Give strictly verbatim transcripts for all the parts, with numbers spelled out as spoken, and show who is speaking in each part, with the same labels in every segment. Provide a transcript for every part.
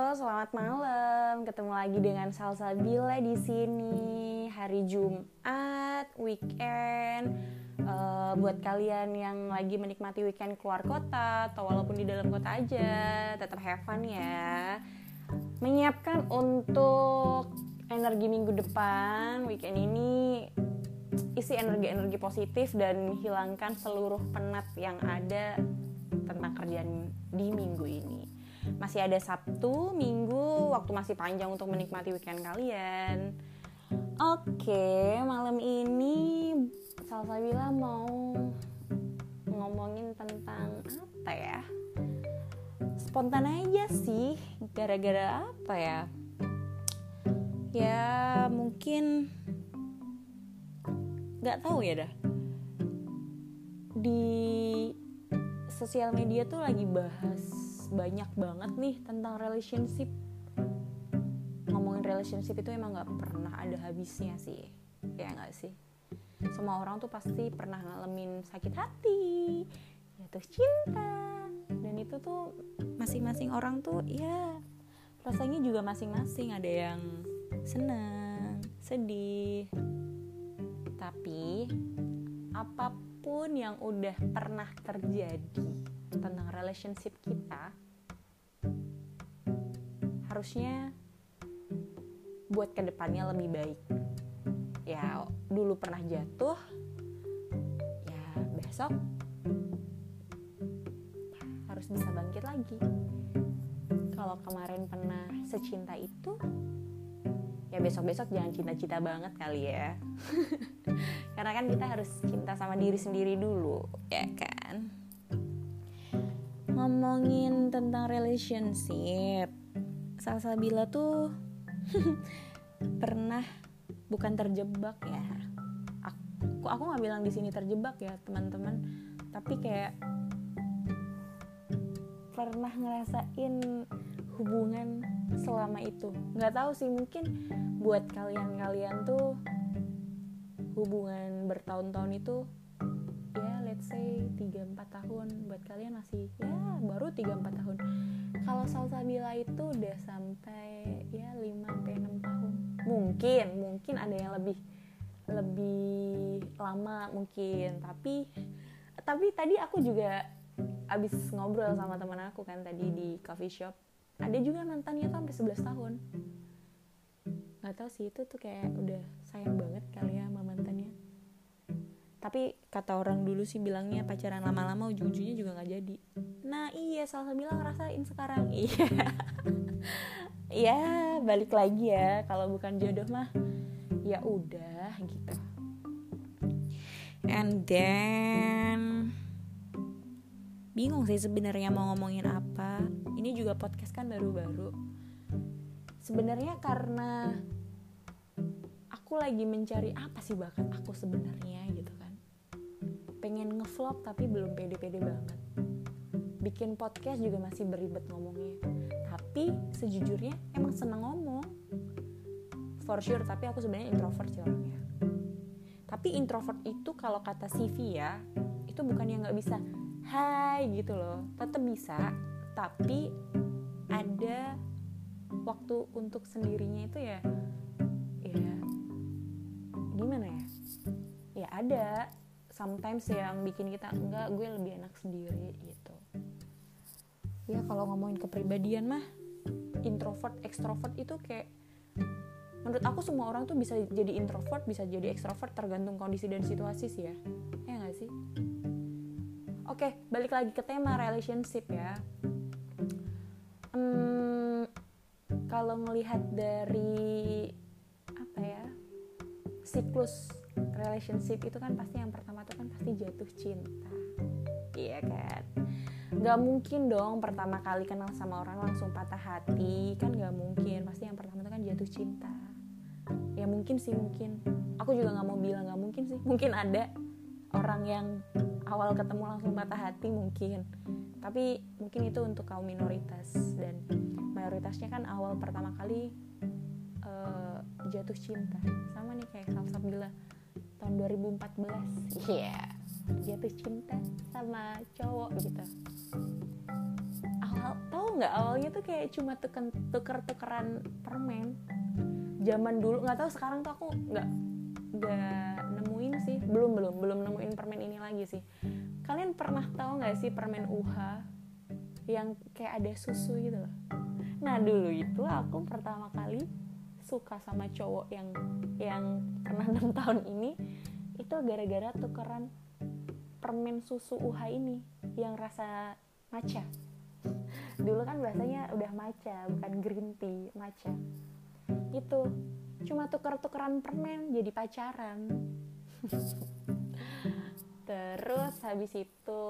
Speaker 1: selamat malam. Ketemu lagi dengan Salsabila di sini. Hari Jumat, weekend. Uh, buat kalian yang lagi menikmati weekend keluar kota atau walaupun di dalam kota aja, tetap have fun ya. Menyiapkan untuk energi minggu depan, weekend ini isi energi-energi positif dan hilangkan seluruh penat yang ada tentang kerjaan di minggu ini. Masih ada Sabtu, Minggu, waktu masih panjang untuk menikmati weekend kalian. Oke, malam ini Salsabila mau ngomongin tentang apa ya? Spontan aja sih, gara-gara apa ya? Ya mungkin gak tahu ya dah. Di sosial media tuh lagi bahas banyak banget nih tentang relationship. Ngomongin relationship itu emang gak pernah ada habisnya sih, ya gak sih? Semua orang tuh pasti pernah ngalamin sakit hati, jatuh cinta, dan itu tuh masing-masing orang tuh ya rasanya juga masing-masing. Ada yang senang, sedih. Tapi apapun yang udah pernah terjadi tentang relationship kita, harusnya buat kedepannya lebih baik. Ya dulu pernah jatuh, ya besok harus bisa bangkit lagi. Kalau kemarin pernah secinta itu, ya besok-besok jangan cinta-cinta banget kali ya. Karena kan kita harus cinta sama diri sendiri dulu, ya kan? Ngomongin tentang relationship, Salsabila tuh pernah bukan terjebak ya. Aku aku nggak bilang di sini terjebak ya teman-teman, tapi kayak pernah ngerasain hubungan selama itu. Nggak tahu sih, mungkin buat kalian-kalian tuh hubungan bertahun-tahun itu ya let's say tiga empat tahun, buat kalian masih ya baru tiga empat tahun. Kalau Salsabila itu udah sampai ya lima sampai enam tahun. Mungkin mungkin ada yang lebih lebih lama mungkin, tapi tapi tadi aku juga abis ngobrol sama teman aku kan tadi di coffee shop. Ada juga mantannya tuh sampai sebelas tahun. Nggak tahu sih, itu tuh kayak udah sayang banget kali ya sama mantannya. Tapi kata orang dulu sih bilangnya pacaran lama-lama ujung-ujungnya juga nggak jadi. Nah iya, Salsabila ngerasain sekarang. Iya. Ya balik lagi ya, kalau bukan jodoh mah ya udah gitu. And then bingung sih sebenarnya mau ngomongin apa. Ini juga podcast kan baru-baru. Sebenarnya karena aku lagi mencari apa sih bakat aku sebenarnya gitu kan. Pengen ngevlog tapi belum pede-pede banget. Bikin podcast juga masih beribet ngomongnya. Tapi sejujurnya emang seneng ngomong. For sure, tapi aku sebenarnya introvert sih orangnya. Tapi introvert itu kalau kata C V ya, itu bukan yang gak bisa hai gitu loh. Tetap bisa, tapi ada waktu untuk sendirinya itu ya ya gimana ya? Ya ada sometimes yang bikin kita enggak, gue lebih enak sendiri gitu. Ya kalau ngomongin kepribadian mah introvert, extrovert itu kayak menurut aku semua orang tuh bisa jadi introvert, bisa jadi extrovert tergantung kondisi dan situasi sih ya. Ya enggak sih? Oke, balik lagi ke tema relationship ya. Hmm, kalau ngelihat dari apa ya, siklus relationship itu kan pasti yang pertama tuh kan pasti jatuh cinta, iya kan? Gak mungkin dong pertama kali kenal sama orang langsung patah hati, kan gak mungkin. Pasti yang pertama tuh kan jatuh cinta. Ya mungkin sih, mungkin. Aku juga gak mau bilang gak mungkin sih. Mungkin ada orang yang awal ketemu langsung patah hati mungkin. Tapi mungkin itu untuk kaum minoritas. Dan mayoritasnya kan awal pertama kali uh, jatuh cinta. Sama nih kayak Salsabila tahun dua ribu empat belas. Iya yeah. Jatuh cinta sama cowok gitu. Aku tahu nggak, awalnya tuh kayak cuma tuker tuker-tukeran permen. Zaman dulu, nggak tahu sekarang tuh aku nggak nggak nemuin sih, belum belum belum nemuin permen ini lagi sih. Kalian pernah tahu nggak sih permen U H yang kayak ada susu gitu loh? Nah dulu itu aku pertama kali suka sama cowok yang yang pernah enam tahun ini itu gara-gara tukeran permen susu U H ini yang rasa matcha. Dulu kan bahasanya udah matcha, bukan green tea, matcha. Itu cuma tuker-tukeran permen jadi pacaran. Terus habis itu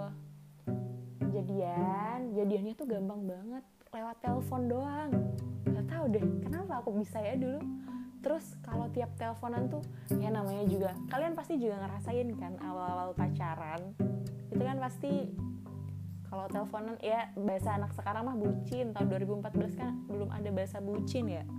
Speaker 1: jadian, jadiannya tuh gampang banget, lewat telepon doang. Gak tahu deh kenapa aku bisa ya dulu. Terus kalau tiap teleponan tuh ya namanya juga, kalian pasti juga ngerasain kan awal-awal pacaran. Itu kan pasti kalau teleponan ya bahasa anak sekarang mah bucin. Tahun dua ribu empat belas kan belum ada bahasa bucin ya.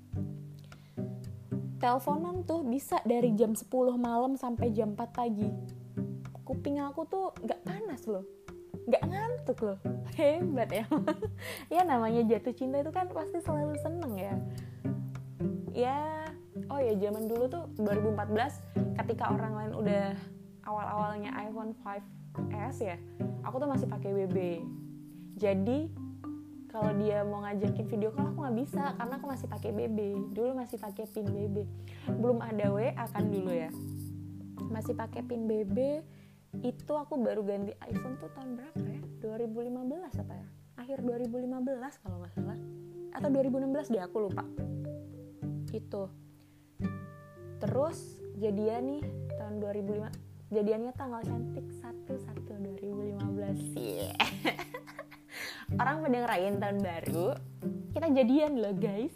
Speaker 1: Teleponan tuh bisa dari jam sepuluh malam sampai jam empat pagi. Kuping aku tuh gak panas loh, gak ngantuk loh. Hebat ya. Ya namanya jatuh cinta itu kan pasti selalu seneng ya. Ya, oh ya zaman dulu tuh dua ribu empat belas ketika orang lain udah awal-awalnya iPhone five S ya, aku tuh masih pakai B B. Jadi kalau dia mau ngajakin video call aku nggak bisa karena aku masih pakai B B. Dulu masih pakai pin B B. Belum ada W A kan dulu ya. Masih pakai pin B B. Itu aku baru ganti iPhone tuh tahun berapa ya? dua ribu lima belas apa ya? Akhir dua ribu lima belas kalau nggak salah. Atau dua ribu enam belas deh, aku lupa. Itu. Terus jadian nih tahun dua ribu lima. Jadiannya tanggal cantik satu satu dua ribu lima belas. Yeah. Orang pada ngerayain tahun baru, kita jadian loh guys.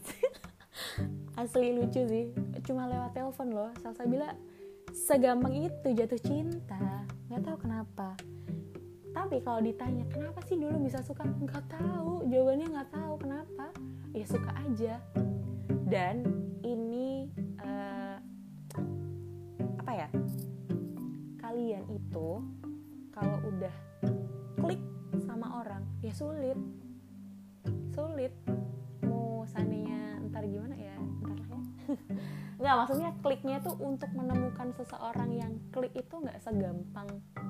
Speaker 1: Asli lucu sih. Cuma lewat telepon loh. Salsabila segampang itu jatuh cinta. Nggak tahu kenapa. Tapi kalau ditanya kenapa sih dulu bisa suka, nggak tahu. Jawabannya nggak tahu kenapa. Ya suka aja. Dan ini uh, apa ya? Kalian itu kalau udah klik sama orang ya sulit sulit mau seandainya ntar gimana ya ntar lah ya. Nggak, maksudnya kliknya tuh untuk menemukan seseorang yang klik itu nggak segampang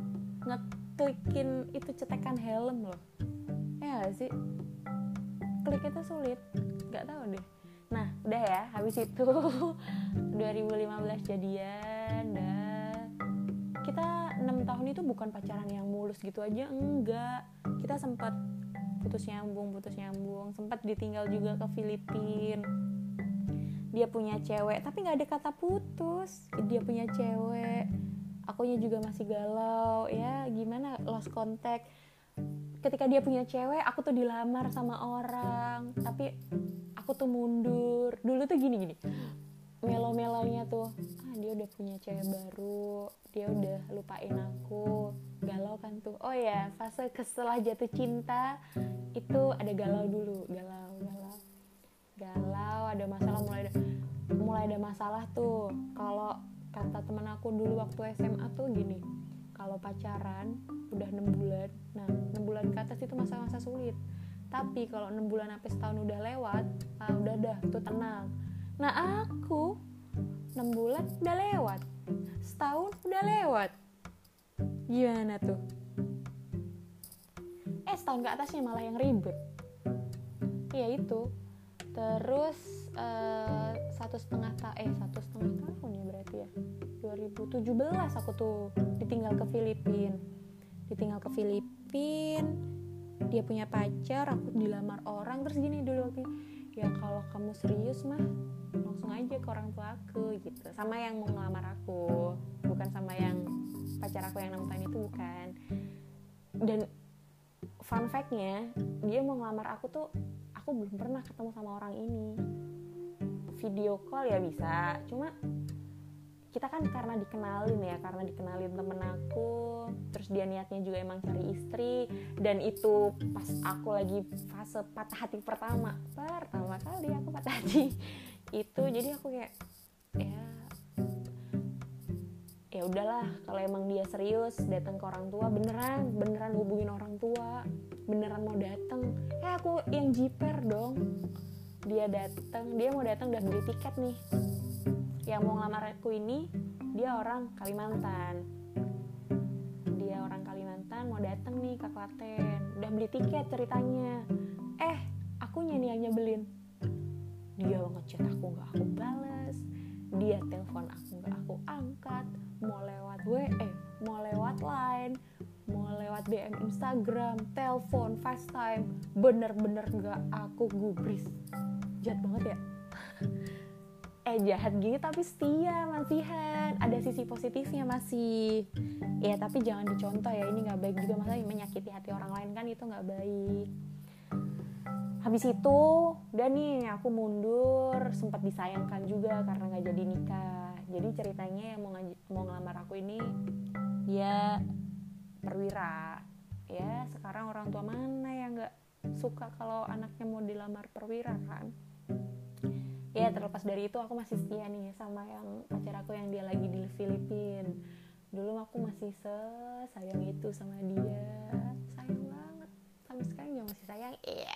Speaker 1: ngeklikin itu cetekan helm loh ya gak sih. Klik itu sulit, nggak tahu deh. Nah udah ya, habis itu dua ribu lima belas jadian dah. Kita enam tahun itu bukan pacaran yang mulus gitu aja, enggak. Kita sempat putus nyambung, putus nyambung, sempat ditinggal juga ke Filipina. Dia punya cewek, tapi nggak ada kata putus. Dia punya cewek, akunya juga masih galau. Ya gimana, lost contact. Ketika dia punya cewek, aku tuh dilamar sama orang, tapi aku tuh mundur. Dulu tuh gini-gini, melo-melonya tuh, ah dia udah punya cewek baru, dia udah lupain aku, galau kan tuh. Oh ya, fase setelah jatuh cinta itu ada galau dulu, galau, galau, galau, ada masalah, mulai ada, mulai ada masalah tuh. Kalau kata teman aku dulu waktu S M A tuh gini, kalau pacaran udah enam bulan, nah enam bulan ke atas itu masa-masa sulit. Tapi kalau enam bulan sampai setahun udah lewat, ah udah dah tuh tenang. Nah aku enam bulan udah lewat, setahun udah lewat. Gimana tuh? Eh setahun ke atasnya malah yang ribet. Iya itu. Terus uh, satu setengah ta eh satu setengah tahun ya berarti ya. dua ribu tujuh belas aku tuh ditinggal ke Filipina. Ditinggal ke Filipina. Dia punya pacar, aku dilamar orang. Terus gini dulu waktu, ya kalau kamu serius mah langsung aja ke orang tua aku gitu. Sama yang mau ngelamar aku, bukan sama yang pacar aku yang enam tahun itu, bukan. Dan fun fact-nya, dia mau ngelamar aku tuh, aku belum pernah ketemu sama orang ini. Video call ya bisa, cuma kita kan karena dikenalin ya, karena dikenalin temen aku, terus dia niatnya juga emang cari istri, dan itu pas aku lagi fase patah hati pertama, pertama kali aku patah hati itu, jadi aku kayak ya ya ya udahlah, kalau emang dia serius datang ke orang tua, beneran beneran hubungin orang tua, beneran mau datang, eh aku yang jiper dong. Dia datang, dia mau datang, udah beli tiket nih. Yang mau ngelamar aku ini dia orang Kalimantan, dia orang Kalimantan mau datang nih ke Klaten, udah beli tiket ceritanya. Eh aku nih yang nyebelin, dia ngechat aku nggak aku balas, dia telepon aku nggak aku angkat, mau lewat W eh mau lewat Line, mau lewat D M Instagram, telepon, FaceTime, bener-bener nggak aku gubris. Jahat banget ya. eh jahat gini tapi setia masihan, ada sisi positifnya masih. Ya tapi jangan dicontoh ya, ini nggak baik juga, masalah menyakiti hati orang lain kan itu nggak baik. Habis itu udah nih aku mundur, sempat disayangkan juga karena nggak jadi nikah. Jadi ceritanya yang mau ngaj- mau ngelamar aku ini dia perwira. Ya sekarang orang tua mana yang nggak suka kalau anaknya mau dilamar perwira kan. Ya terlepas dari itu aku masih setia nih sama yang pacar aku yang dia lagi di Filipina. Dulu aku masih sesayang itu sama dia, sayang banget, sampai sekarang juga masih sayang. Iya.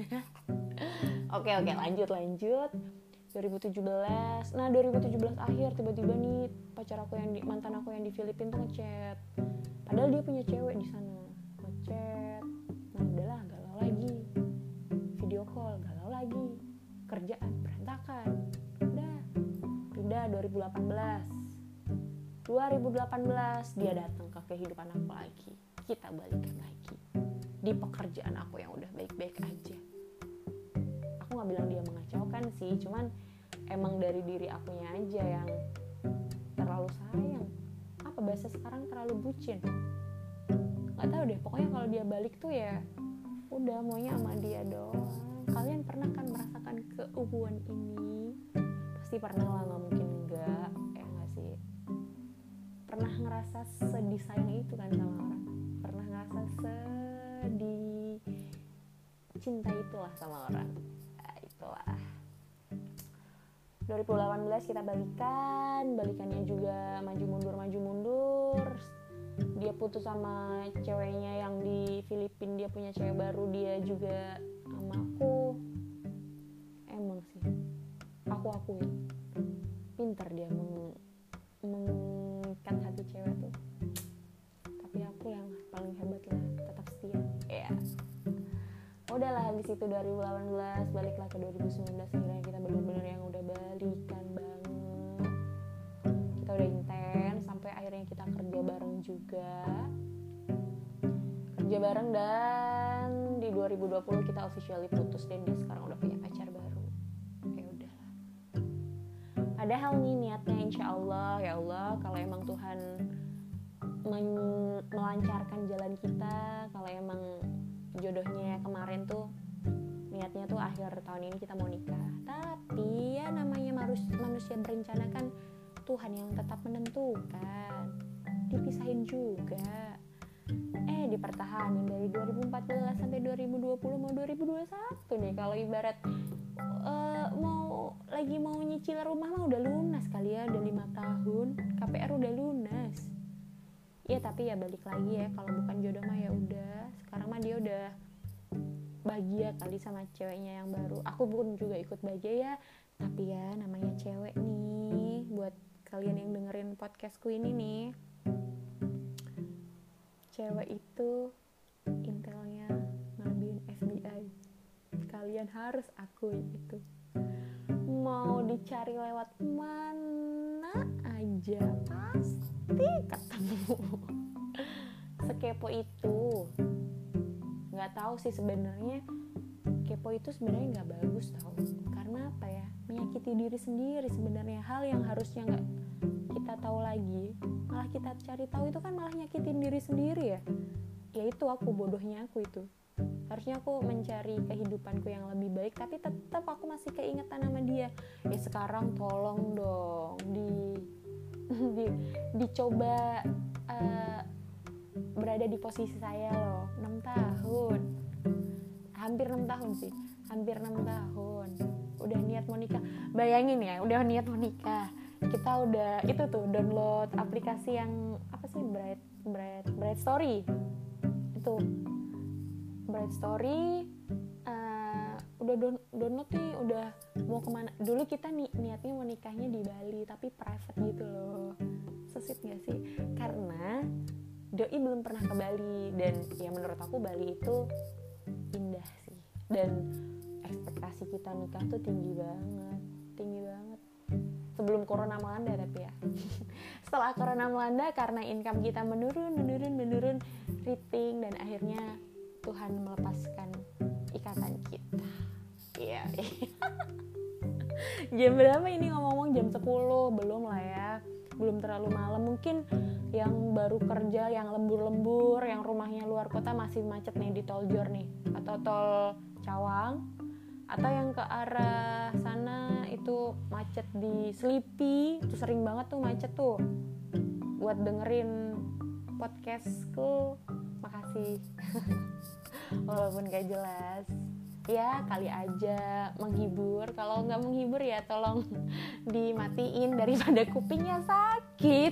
Speaker 1: Oke oke lanjut lanjut. dua ribu tujuh belas, nah dua ribu tujuh belas akhir tiba-tiba nih pacar aku yang di, mantan aku yang di Filipina tuh ngechat. Padahal dia punya cewek di sana, ngechat. Nah udahlah galau lagi, video call galau lagi, kerjaan berantakan. Udah pindah dua ribu delapan belas. dua ribu delapan belas dia datang ke kehidupan aku lagi. Kita balikan lagi di pekerjaan aku yang udah baik-baik aja. Aku nggak bilang dia mengacaukan sih, cuman emang dari diri akunya aja yang terlalu sayang. Apa bahasa sekarang terlalu bucin? Nggak tahu deh. Pokoknya kalau dia balik tuh ya udah maunya sama dia doang. Kalian pernah kan merasakan keuuan ini? Pasti pernah lah, nggak mungkin enggak, ya nggak sih? Pernah ngerasa sedih sayang itu kan sama orang? Pernah ngerasa sedih cinta itulah sama orang? Nah, itulah. dua ribu delapan belas kita balikan, balikannya juga maju mundur maju mundur. Dia putus sama ceweknya yang di Filipina, dia punya cewek baru, dia juga sama aku. Emang sih aku akuin pintar dia meng- mengikat hati cewek tuh, tapi aku yang paling hebat lah, tetap setia ya. Udahlah habis itu dua ribu delapan belas baliklah ke dua ribu sembilan belas, akhirnya kita benar-benar yang udah balikan banget, kita udah intens sampai akhirnya kita kerja bareng juga kerja bareng dan di dua ribu dua puluh kita officially putus dan dia sekarang udah punya pacar baru. Ya udahlah. Padahal nih niatnya insya Allah, ya Allah kalau emang Tuhan men- melancarkan jalan kita, kalau emang jodohnya kemarin tuh niatnya tuh akhir tahun ini kita mau nikah. Tapi ya namanya marus- manusia berencana kan, Tuhan yang tetap menentukan. Dipisahin juga. Eh dipertahanin dari dua ribu empat belas sampai dua ribu dua puluh mau dua ribu dua puluh satu nih. Kalau ibarat uh, mau lagi mau nyicil rumah mah udah lunas kali ya, udah lima tahun, K P R udah lunas. Ya tapi ya balik lagi ya, kalau bukan jodoh mah ya udah. Sekarang mah dia udah bahagia kali sama ceweknya yang baru. Aku pun juga ikut bahagia ya. Tapi ya namanya cewek nih, buat kalian yang dengerin podcastku ini nih, cewek itu intelnya ngelebihin F B I. Kalian harus akui itu. Mau dicari lewat mana aja pasti ketemu. Sekepo itu. Nggak tahu sih sebenarnya kepo itu sebenarnya nggak bagus tau. Karena apa ya? Menyakiti diri sendiri sebenarnya. Hal yang harusnya nggak kita tahu lagi, malah kita cari tahu, itu kan malah nyakitin diri sendiri ya. Ya itu aku bodohnya aku itu. Harusnya aku mencari kehidupanku yang lebih baik, tapi tetap aku masih keingetan sama dia. Ya sekarang tolong dong di, di dicoba uh, berada di posisi saya loh. enam tahun, hampir enam tahun sih, hampir enam tahun udah niat mau nikah. Bayangin ya, udah niat mau nikah, kita udah itu tuh download aplikasi yang apa sih, Bright Bright Bright Story. Itu Bright Story uh, udah don- download nih, udah mau kemana. Dulu kita ni- niatnya mau nikahnya di Bali tapi private gitu loh. So sweet gak sih? Karena doi belum pernah ke Bali, dan ya menurut aku Bali itu indah sih, dan ekspektasi kita nikah tuh tinggi banget, tinggi banget. Sebelum corona melanda tapi ya. Setelah corona melanda karena income kita menurun, menurun, menurun, rating, dan akhirnya Tuhan melepaskan ikatan kita. Iya. Jam berapa ini ngomong-ngomong? Jam sepuluh, belum lah ya. Belum terlalu malam. Mungkin yang baru kerja, yang lembur-lembur, yang rumahnya luar kota masih macet nih di tol Jor nih, atau tol Cawang, atau yang ke arah sana itu macet di Sleepy. Itu sering banget tuh macet tuh. Buat dengerin podcastku, makasih. Walaupun gak jelas, ya kali aja menghibur. Kalau nggak menghibur ya tolong dimatiin daripada kupingnya sakit.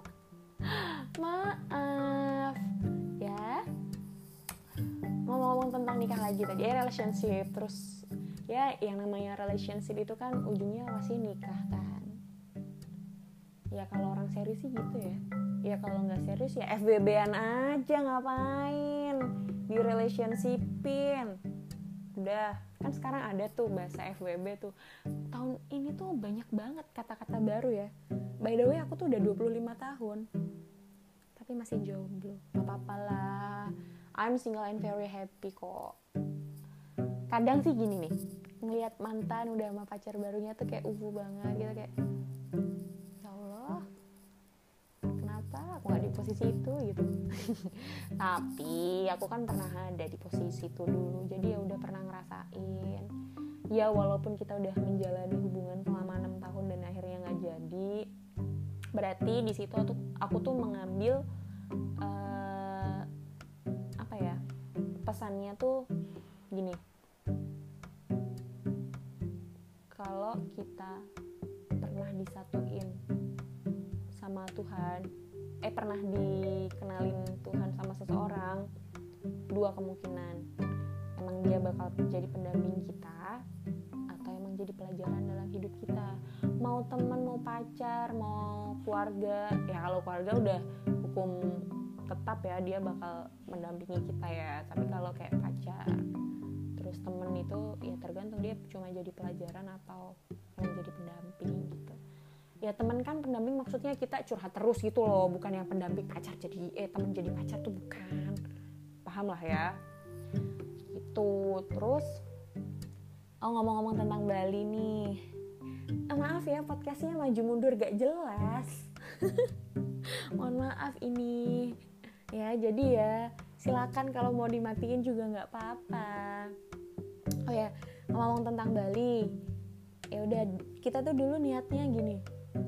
Speaker 1: Maaf ya. Ngomong-ngomong tentang nikah lagi tadi, ya relationship. Terus ya yang namanya relationship itu kan ujungnya pasti nikah kan. Ya kalau orang serius sih gitu ya. Ya kalau nggak serius ya F W B-an aja, ngapain di relationshipin. Udah, kan sekarang ada tuh bahasa F W B tuh. Tahun ini tuh banyak banget kata-kata baru ya. By the way, aku tuh udah dua puluh lima tahun tapi masih jomblo. Gak apa-apa lah, I'm single and very happy kok. Kadang sih gini nih, ngelihat mantan udah sama pacar barunya tuh kayak ubu banget gitu, kayak ya Allah, kenapa aku gak di posisi itu gitu. Tapi aku kan pernah ada di posisi itu dulu, jadi ya udah pernah ngerasain. Ya walaupun kita udah menjalani hubungan selama enam tahun dan akhirnya gak jadi, berarti di situ aku, aku tuh mengambil uh, apa ya, pesannya tuh gini. Kalau kita pernah disatuin sama Tuhan, eh pernah dikenalin Tuhan sama seseorang, dua kemungkinan. Emang dia bakal jadi pendamping kita, atau emang jadi pelajaran dalam hidup kita. Mau teman, mau pacar, mau keluarga. Ya kalau keluarga udah hukum tetap ya, dia bakal mendampingi kita ya. Tapi kalau kayak pacar, terus temen itu ya tergantung dia cuma jadi pelajaran atau menjadi pendamping gitu. Ya teman kan pendamping maksudnya kita curhat terus gitu loh, bukan yang pendamping pacar jadi eh teman jadi pacar tuh bukan. Paham lah ya. Itu terus oh ngomong-ngomong tentang Bali nih. Ah, maaf ya podcastnya maju mundur gak jelas. Mohon maaf ini. Ya jadi ya silakan kalau mau dimatiin juga nggak apa-apa. Oh ya, ngomong tentang Bali, ya udah kita tuh dulu niatnya gini,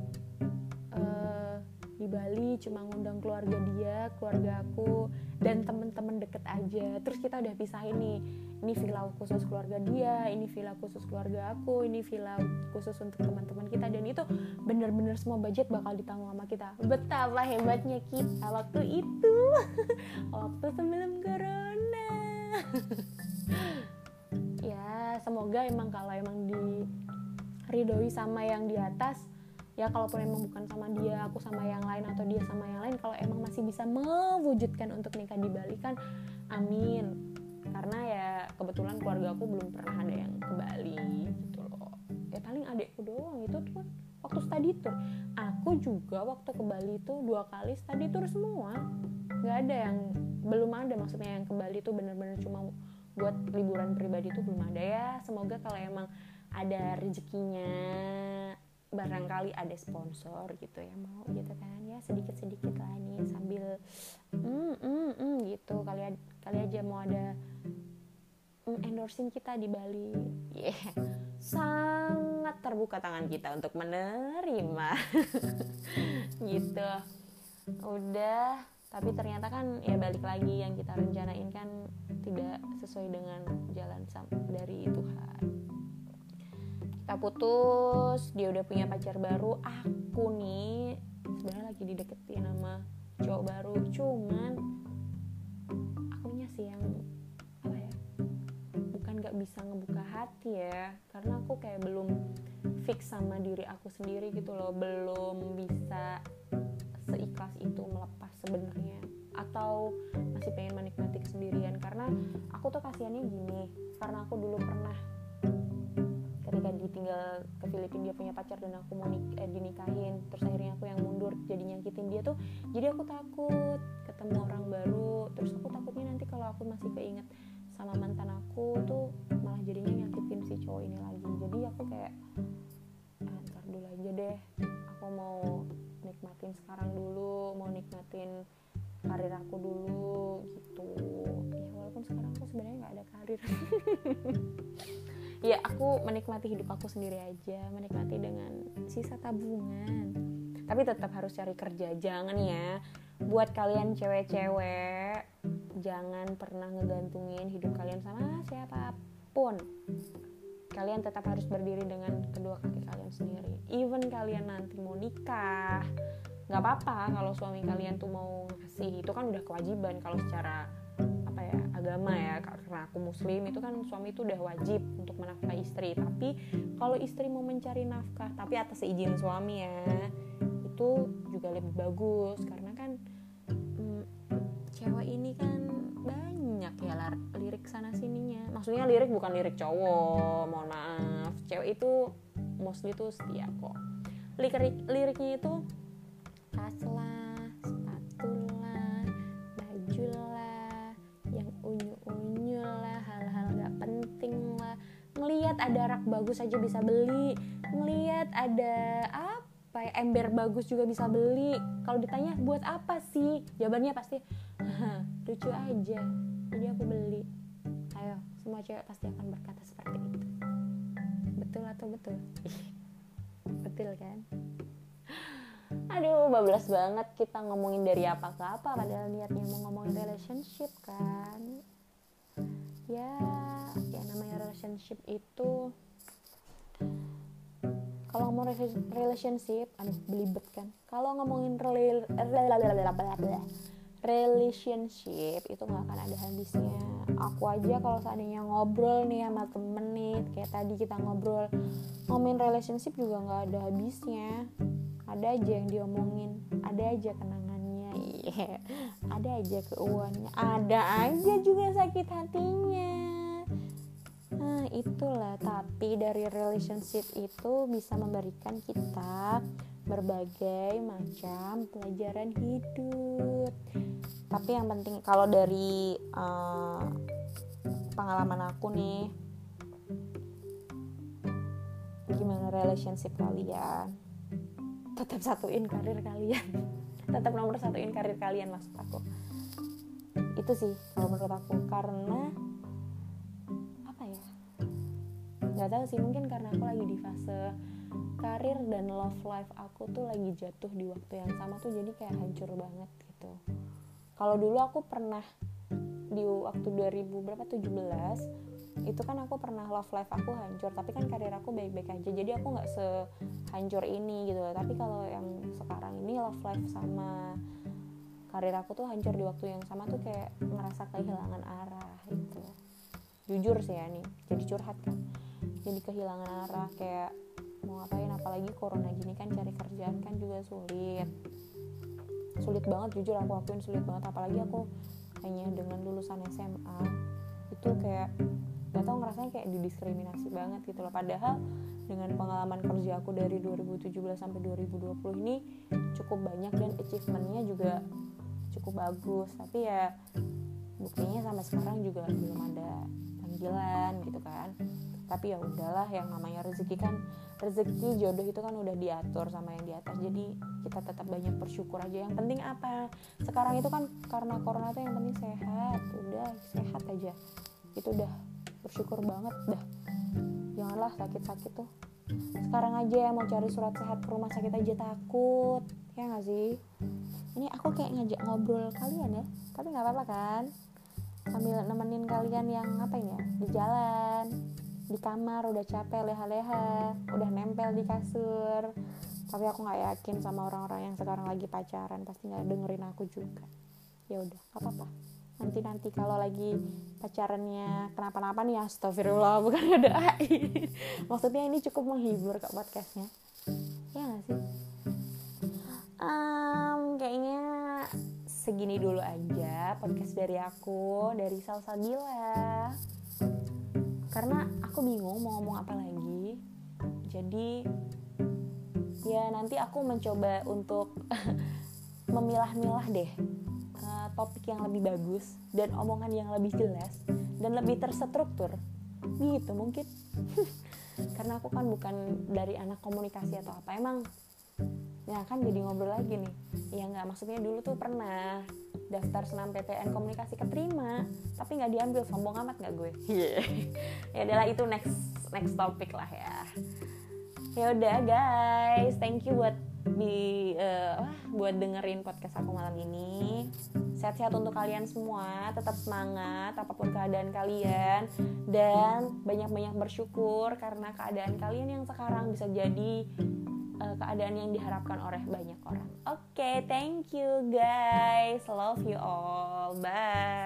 Speaker 1: uh, di Bali cuma ngundang keluarga dia, keluarga aku, dan temen-temen deket aja. Terus kita udah pisahin nih, ini villa khusus keluarga dia, ini villa khusus keluarga aku, ini villa khusus untuk teman-teman kita, dan itu bener-bener semua budget bakal ditanggung sama kita. Betapa hebatnya kita waktu itu, waktu sebelum corona. Ya semoga emang kalau emang diridhoi sama yang di atas, ya kalaupun emang bukan sama dia, aku sama yang lain, atau dia sama yang lain, kalau emang masih bisa mewujudkan untuk nikah di Bali kan amin. Karena ya kebetulan keluarga aku belum pernah ada yang ke Bali gitu loh. Ya paling adekku doang, itu tuh waktu study tour. Aku juga waktu ke Bali tuh dua kali study tour semua. Gak ada yang, belum ada maksudnya yang ke Bali tuh bener-bener cuma buat liburan pribadi tuh belum ada ya. Semoga kalau emang ada rezekinya, barangkali ada sponsor gitu ya mau gitu kan ya, sedikit-sedikit lah nih sambil mm, mm, mm, gitu kali kali aja mau ada mm, endorsing kita di Bali. Yeah. Sangat terbuka tangan kita untuk menerima. Gitu. Udah, tapi ternyata kan ya balik lagi yang kita rencanain kan tidak sesuai dengan jalan dari Tuhan. Kita kita putus, dia udah punya pacar baru, aku nih sebenarnya lagi dideketin sama cowok baru, cuman akunya sih yang apa ya, bukan nggak bisa ngebuka hati ya, karena aku kayak belum fix sama diri aku sendiri gitu loh, belum bisa seikhlas itu melepas sebenarnya, atau masih pengen menikmati kesendirian. Karena aku tuh kasihannya gini, karena aku dulu pernah ketika ditinggal ke Filipina dia punya pacar dan aku mau nik- eh, dinikahin, terus akhirnya aku yang mundur jadi nyakitin dia tuh, jadi aku takut ketemu orang baru, terus aku takutnya nanti kalau aku masih keinget sama mantan aku tuh malah jadinya nyakitin si cowok ini lagi. Jadi aku kayak ah, ntar dulu aja deh, aku mau nikmatin sekarang dulu, mau nikmatin karir aku dulu gitu ya, walaupun sekarang aku sebenarnya nggak ada karir. Ya aku menikmati hidup aku sendiri aja, menikmati dengan sisa tabungan, tapi tetap harus cari kerja. Jangan ya, buat kalian cewek-cewek, jangan pernah ngegantungin hidup kalian sama siapapun. Kalian tetap harus berdiri dengan kedua kaki kalian sendiri. Even kalian nanti mau nikah, nggak apa-apa kalau suami kalian tuh mau ngasih, itu kan udah kewajiban kalau secara apa ya, agama ya, karena aku muslim, itu kan suami itu udah wajib untuk menafkahi istri. Tapi kalau istri mau mencari nafkah tapi atas izin suami ya, itu juga lebih bagus, karena kan hmm, cewek ini kan banyak ya lar- lirik sana sininya, maksudnya lirik bukan lirik cowok, mohon maaf, cewek itu mostly tuh setia kok. Lirik liriknya itu tas lah, sepatu lah, baju lah, yang unyu-unyu lah, hal-hal gak penting lah. Ngelihat ada rak bagus aja bisa beli, ngelihat ada apa ya, ember bagus juga bisa beli. Kalau ditanya buat apa sih, jawabannya pasti lucu aja, jadi aku beli. Ayo, semua cewek pasti akan berkata seperti itu. Betul atau betul? Betul kan? Aduh, bablas banget kita ngomongin dari apa ke apa, padahal niatnya mau ngomongin relationship kan. Ya, ya namanya relationship itu, kalau ngomong relationship, aduh belibet kan. Kalau ngomongin rel- relationship itu nggak akan ada habisnya. Aku aja kalau seandainya ngobrol nih sama temen nih, kayak tadi kita ngobrol ngomongin relationship juga nggak ada habisnya. Ada aja yang diomongin, ada aja kenangannya, yeah. Ada aja keuannya, ada aja juga sakit hatinya. Nah itulah, tapi dari relationship itu bisa memberikan kita berbagai macam pelajaran hidup. Tapi yang penting kalau dari uh, pengalaman aku nih, gimana relationship kalian, tetap satuin karir kalian. Tetap nomor satuin karir kalian, maksud aku itu sih kalau menurut aku. Karena apa ya, nggak tahu sih, mungkin karena aku lagi di fase karir dan love life aku tuh lagi jatuh di waktu yang sama tuh, jadi kayak hancur banget gitu. Kalau dulu aku pernah di waktu dua ribu tujuh belas itu kan aku pernah love life aku hancur, tapi kan karir aku baik-baik aja, jadi aku nggak sehancur ini gitu. Tapi kalau yang sekarang ini love life sama karir aku tuh hancur di waktu yang sama tuh, kayak ngerasa kehilangan arah gitu. Jujur sih ya nih, jadi curhat kan, jadi kehilangan arah, kayak mau ngapain, apalagi corona gini kan, cari kerjaan kan juga sulit sulit banget, jujur aku akuin sulit banget. Apalagi aku hanya dengan lulusan S M A itu kayak gak tau, ngerasanya kayak didiskriminasi banget gitu loh. Padahal dengan pengalaman kerja aku dari dua ribu tujuh belas sampai dua ribu dua puluh ini cukup banyak dan achievementnya juga cukup bagus, tapi ya buktinya sampai sekarang juga belum ada panggilan gitu kan. Tapi ya udahlah, yang namanya rezeki kan, rezeki jodoh itu kan udah diatur sama yang di atas, jadi kita tetap banyak bersyukur aja. Yang penting apa, sekarang itu kan karena corona tuh yang penting sehat, udah sehat aja itu udah bersyukur banget dah. Janganlah sakit-sakit tuh. Sekarang aja mau cari surat sehat ke rumah sakit aja takut, ya nggak sih? Ini aku kayak ngajak ngobrol kalian ya, tapi nggak apa-apa kan, sambil nemenin kalian yang ngapain ya di jalan, di kamar udah capek leha-leha, udah nempel di kasur. Tapi aku nggak yakin sama orang-orang yang sekarang lagi pacaran, pasti nggak dengerin aku juga. Ya udah, nggak apa-apa. Nanti-nanti kalau lagi pacarannya kenapa-napa nih, astagfirullah, bukan ngedoain. Maksudnya ini cukup menghibur kok podcastnya. Ya nggak sih? Um, kayaknya segini dulu aja podcast dari aku, dari Salsabila. Karena aku bingung mau ngomong apa lagi. Jadi ya nanti aku mencoba untuk memilah-milah deh uh, topik yang lebih bagus dan omongan yang lebih jelas dan lebih terstruktur. Gitu mungkin. Karena aku kan bukan dari anak komunikasi atau apa. Emang ya kan jadi ngobrol lagi nih. Ya nggak, maksudnya dulu tuh pernah daftar senam P T N komunikasi keterima, tapi nggak diambil, sombong amat nggak gue. Yeah. Ya adalah itu next next topik lah ya. Ya udah guys, thank you buat di uh, buat dengerin podcast aku malam ini. Sehat-sehat untuk kalian semua, tetap semangat apapun keadaan kalian, dan banyak-banyak bersyukur karena keadaan kalian yang sekarang bisa jadi uh, keadaan yang diharapkan oleh banyak orang. Oke, okay, thank you guys, love you all, bye.